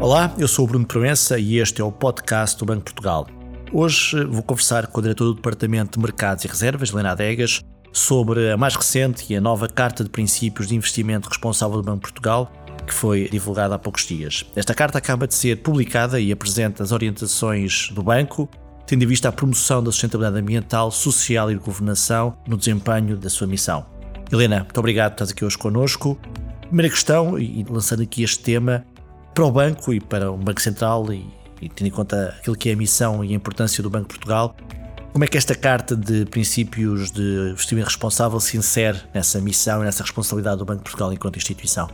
Olá, eu sou o Bruno Proença e este é o podcast do Banco de Portugal. Hoje vou conversar com a diretora do Departamento de Mercados e Reservas, Helena Adegas, sobre a mais recente e a nova Carta de Princípios de Investimento Responsável do Banco de Portugal, que foi divulgada há poucos dias. Esta carta acaba de ser publicada e apresenta as orientações do banco, tendo em vista a promoção da sustentabilidade ambiental, social e de governação no desempenho da sua missão. Helena, muito obrigado por estar aqui hoje connosco. Primeira questão, e lançando aqui este tema, para o banco e para o Banco Central e tendo em conta aquilo que é a missão e a importância do Banco de Portugal, como é que esta Carta de Princípios de Investimento Responsável se insere nessa missão e nessa responsabilidade do Banco de Portugal enquanto instituição?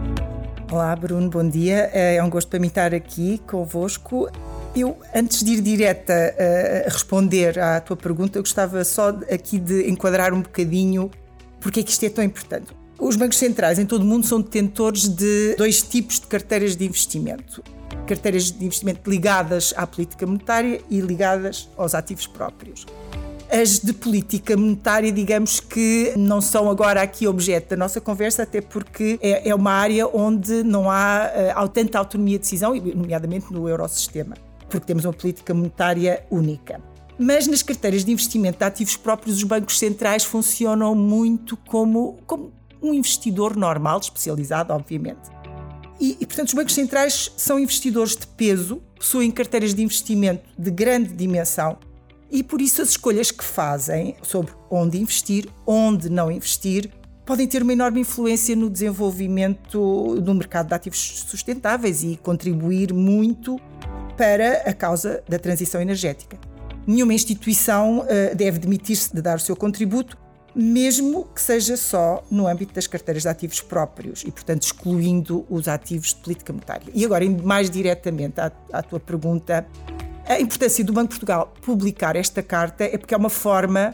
Olá Bruno, bom dia. É um gosto para mim estar aqui convosco. Eu, antes de ir direta a responder à tua pergunta, eu gostava só aqui de enquadrar um bocadinho porque é que isto é tão importante. Os bancos centrais em todo o mundo são detentores de dois tipos de carteiras de investimento. Carteiras de investimento ligadas à política monetária e ligadas aos ativos próprios. As de política monetária, digamos que não são agora aqui objeto da nossa conversa, até porque é uma área onde não há tanta autonomia de decisão, nomeadamente no Eurosistema, porque temos uma política monetária única. Mas nas carteiras de investimento de ativos próprios, os bancos centrais funcionam muito como um investidor normal, especializado, obviamente. E, portanto, os bancos centrais são investidores de peso, possuem carteiras de investimento de grande dimensão e, por isso, as escolhas que fazem sobre onde investir, onde não investir, podem ter uma enorme influência no desenvolvimento do mercado de ativos sustentáveis e contribuir muito para a causa da transição energética. Nenhuma instituição deve demitir-se de dar o seu contributo, mesmo que seja só no âmbito das carteiras de ativos próprios e, portanto, excluindo os ativos de política monetária. E agora, indo mais diretamente à tua pergunta, a importância do Banco de Portugal publicar esta carta é porque é uma forma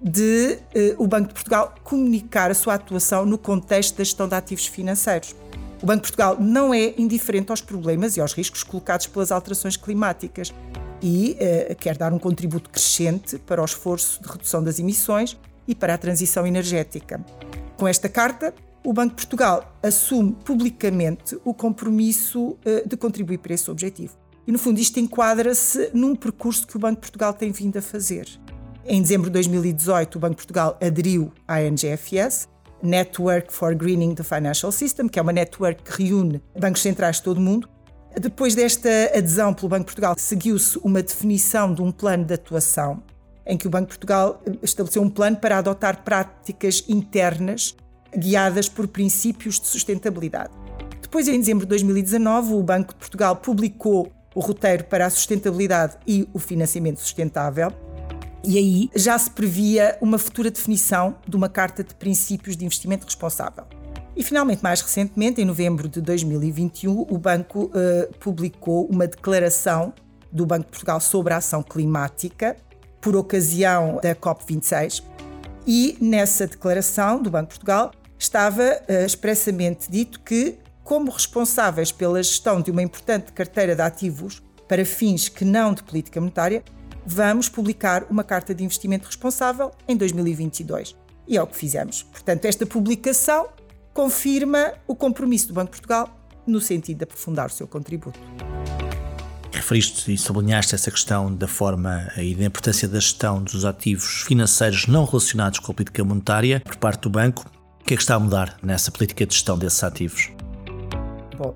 de o Banco de Portugal comunicar a sua atuação no contexto da gestão de ativos financeiros. O Banco de Portugal não é indiferente aos problemas e aos riscos colocados pelas alterações climáticas e quer dar um contributo crescente para o esforço de redução das emissões e para a transição energética. Com esta carta, o Banco de Portugal assume publicamente o compromisso de contribuir para esse objetivo. E, no fundo, isto enquadra-se num percurso que o Banco de Portugal tem vindo a fazer. Em dezembro de 2018, o Banco de Portugal aderiu à NGFS, Network for Greening the Financial System, que é uma network que reúne bancos centrais de todo o mundo. Depois desta adesão pelo Banco de Portugal, seguiu-se uma definição de um plano de atuação em que o Banco de Portugal estabeleceu um plano para adotar práticas internas guiadas por princípios de sustentabilidade. Depois, em dezembro de 2019, o Banco de Portugal publicou o roteiro para a sustentabilidade e o financiamento sustentável e aí já se previa uma futura definição de uma Carta de Princípios de Investimento Responsável. E, finalmente, mais recentemente, em novembro de 2021, o Banco publicou uma declaração do Banco de Portugal sobre a ação climática por ocasião da COP26 e nessa declaração do Banco de Portugal estava expressamente dito que, como responsáveis pela gestão de uma importante carteira de ativos para fins que não de política monetária, vamos publicar uma Carta de Investimento Responsável em 2022. E é o que fizemos. Portanto, esta publicação confirma o compromisso do Banco de Portugal no sentido de aprofundar o seu contributo. Referiste e sublinhaste essa questão da forma e da importância da gestão dos ativos financeiros não relacionados com a política monetária por parte do banco. O que é que está a mudar nessa política de gestão desses ativos? Bom,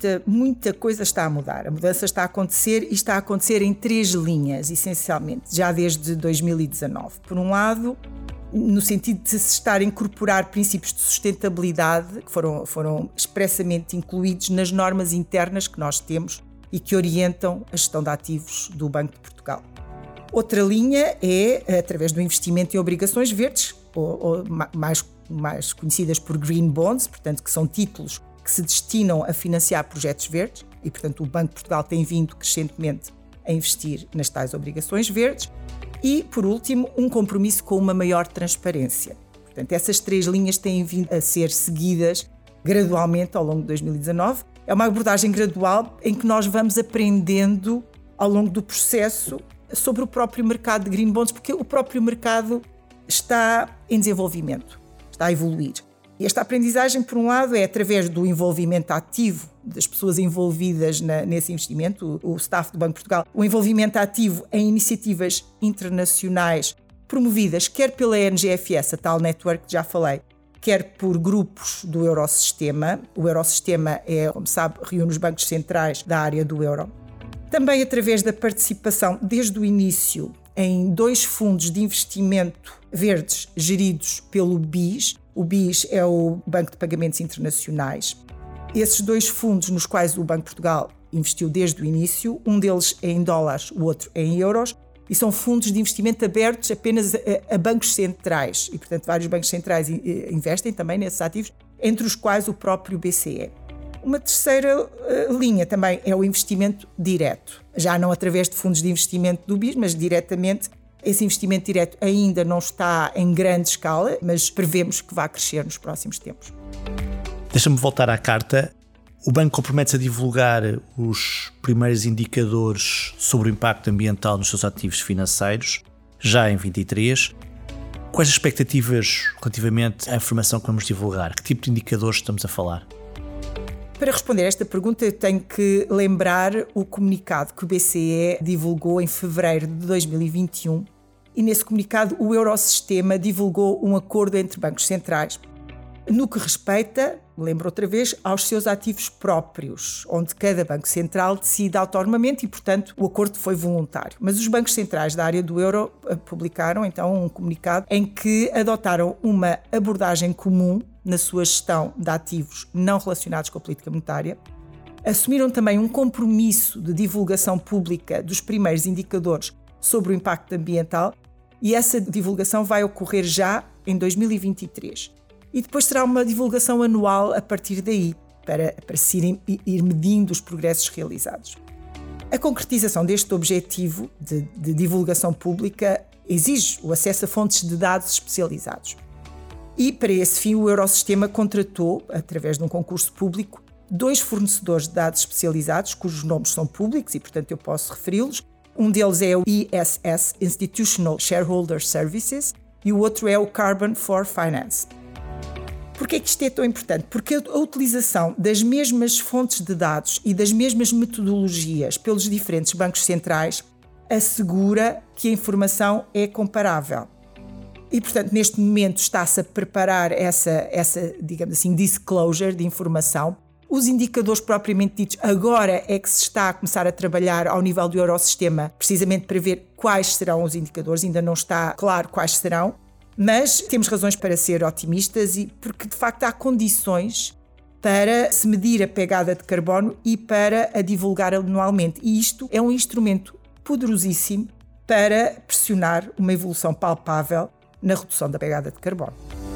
muita coisa está a mudar. A mudança está a acontecer e está a acontecer em três linhas, essencialmente, já desde 2019. Por um lado, no sentido de se estar a incorporar princípios de sustentabilidade que foram expressamente incluídos nas normas internas que nós temos e que orientam a gestão de ativos do Banco de Portugal. Outra linha é através do investimento em obrigações verdes, ou mais conhecidas por green bonds, portanto, que são títulos que se destinam a financiar projetos verdes e, portanto, o Banco de Portugal tem vindo crescentemente a investir nas tais obrigações verdes. E, por último, um compromisso com uma maior transparência. Portanto, essas três linhas têm vindo a ser seguidas gradualmente ao longo de 2019. É uma abordagem gradual em que nós vamos aprendendo ao longo do processo sobre o próprio mercado de green bonds, porque o próprio mercado está em desenvolvimento, está a evoluir. Esta aprendizagem, por um lado, é através do envolvimento ativo das pessoas envolvidas nesse investimento, o staff do Banco de Portugal, o envolvimento ativo em iniciativas internacionais promovidas quer pela NGFS, a tal network que já falei, quer por grupos do Eurosistema. O Eurosistema como sabe, reúne os bancos centrais da área do euro. Também através da participação, desde o início, em 2 fundos de investimento verdes geridos pelo BIS. O BIS é o Banco de Pagamentos Internacionais. Esses 2 fundos nos quais o Banco de Portugal investiu desde o início, um deles é em dólares, o outro é em euros, e são fundos de investimento abertos apenas a bancos centrais. E, portanto, vários bancos centrais investem também nesses ativos, entre os quais o próprio BCE. Uma terceira linha também é o investimento direto, já não através de fundos de investimento do BIS, mas diretamente. Esse investimento direto ainda não está em grande escala, mas prevemos que vai crescer nos próximos tempos. Deixa-me voltar à carta. O banco compromete-se a divulgar os primeiros indicadores sobre o impacto ambiental nos seus ativos financeiros, já em 23. Quais as expectativas relativamente à informação que vamos divulgar? Que tipo de indicadores estamos a falar? Para responder a esta pergunta, eu tenho que lembrar o comunicado que o BCE divulgou em fevereiro de 2021. E nesse comunicado, o Eurosistema divulgou um acordo entre bancos centrais no que respeita, lembro outra vez, aos seus ativos próprios, onde cada banco central decide autonomamente e, portanto, o acordo foi voluntário. Mas os bancos centrais da área do euro publicaram, então, um comunicado em que adotaram uma abordagem comum na sua gestão de ativos não relacionados com a política monetária, assumiram também um compromisso de divulgação pública dos primeiros indicadores sobre o impacto ambiental e essa divulgação vai ocorrer já em 2023. E depois será uma divulgação anual a partir daí, para se ir medindo os progressos realizados. A concretização deste objetivo de divulgação pública exige o acesso a fontes de dados especializados. E, para esse fim, o Eurosistema contratou, através de um concurso público, 2 fornecedores de dados especializados, cujos nomes são públicos e, portanto, eu posso referi-los. Um deles é o ISS, Institutional Shareholder Services, e o outro é o Carbon for Finance. Por que é que isto é tão importante? Porque a utilização das mesmas fontes de dados e das mesmas metodologias pelos diferentes bancos centrais assegura que a informação é comparável. E, portanto, neste momento está-se a preparar essa, digamos assim, disclosure de informação. Os indicadores propriamente ditos, agora é que se está a começar a trabalhar ao nível do Eurosistema, precisamente para ver quais serão os indicadores, ainda não está claro quais serão, mas temos razões para ser otimistas e porque, de facto, há condições para se medir a pegada de carbono e para a divulgar anualmente. E isto é um instrumento poderosíssimo para pressionar uma evolução palpável na redução da pegada de carbono.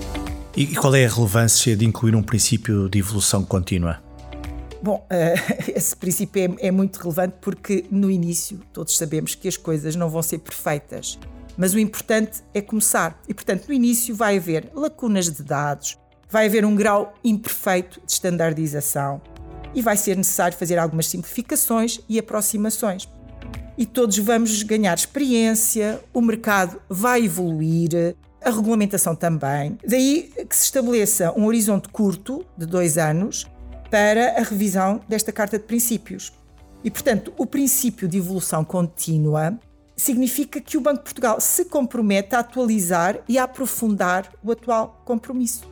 E qual é a relevância de incluir um princípio de evolução contínua? Bom, esse princípio é muito relevante porque no início todos sabemos que as coisas não vão ser perfeitas, mas o importante é começar. E, portanto, no início vai haver lacunas de dados, vai haver um grau imperfeito de standardização e vai ser necessário fazer algumas simplificações e aproximações. E todos vamos ganhar experiência, o mercado vai evoluir, a regulamentação também. Daí que se estabeleça um horizonte curto, de 2 anos, para a revisão desta Carta de Princípios. E, portanto, o princípio de evolução contínua significa que o Banco de Portugal se compromete a atualizar e a aprofundar o atual compromisso.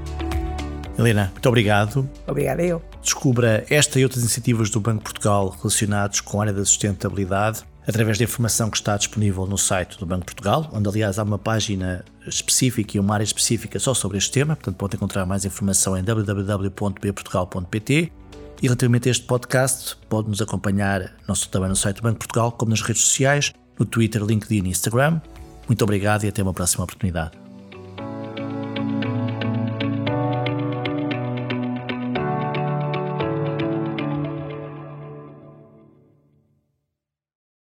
Helena, muito obrigado. Obrigada eu. Descubra esta e outras iniciativas do Banco de Portugal relacionadas com a área da sustentabilidade através da informação que está disponível no site do Banco de Portugal, onde, aliás, há uma página específica e uma área específica só sobre este tema, portanto pode encontrar mais informação em www.bportugal.pt. E relativamente a este podcast, pode nos acompanhar não só também no site do Banco de Portugal, como nas redes sociais, no Twitter, LinkedIn e Instagram. Muito obrigado e até uma próxima oportunidade.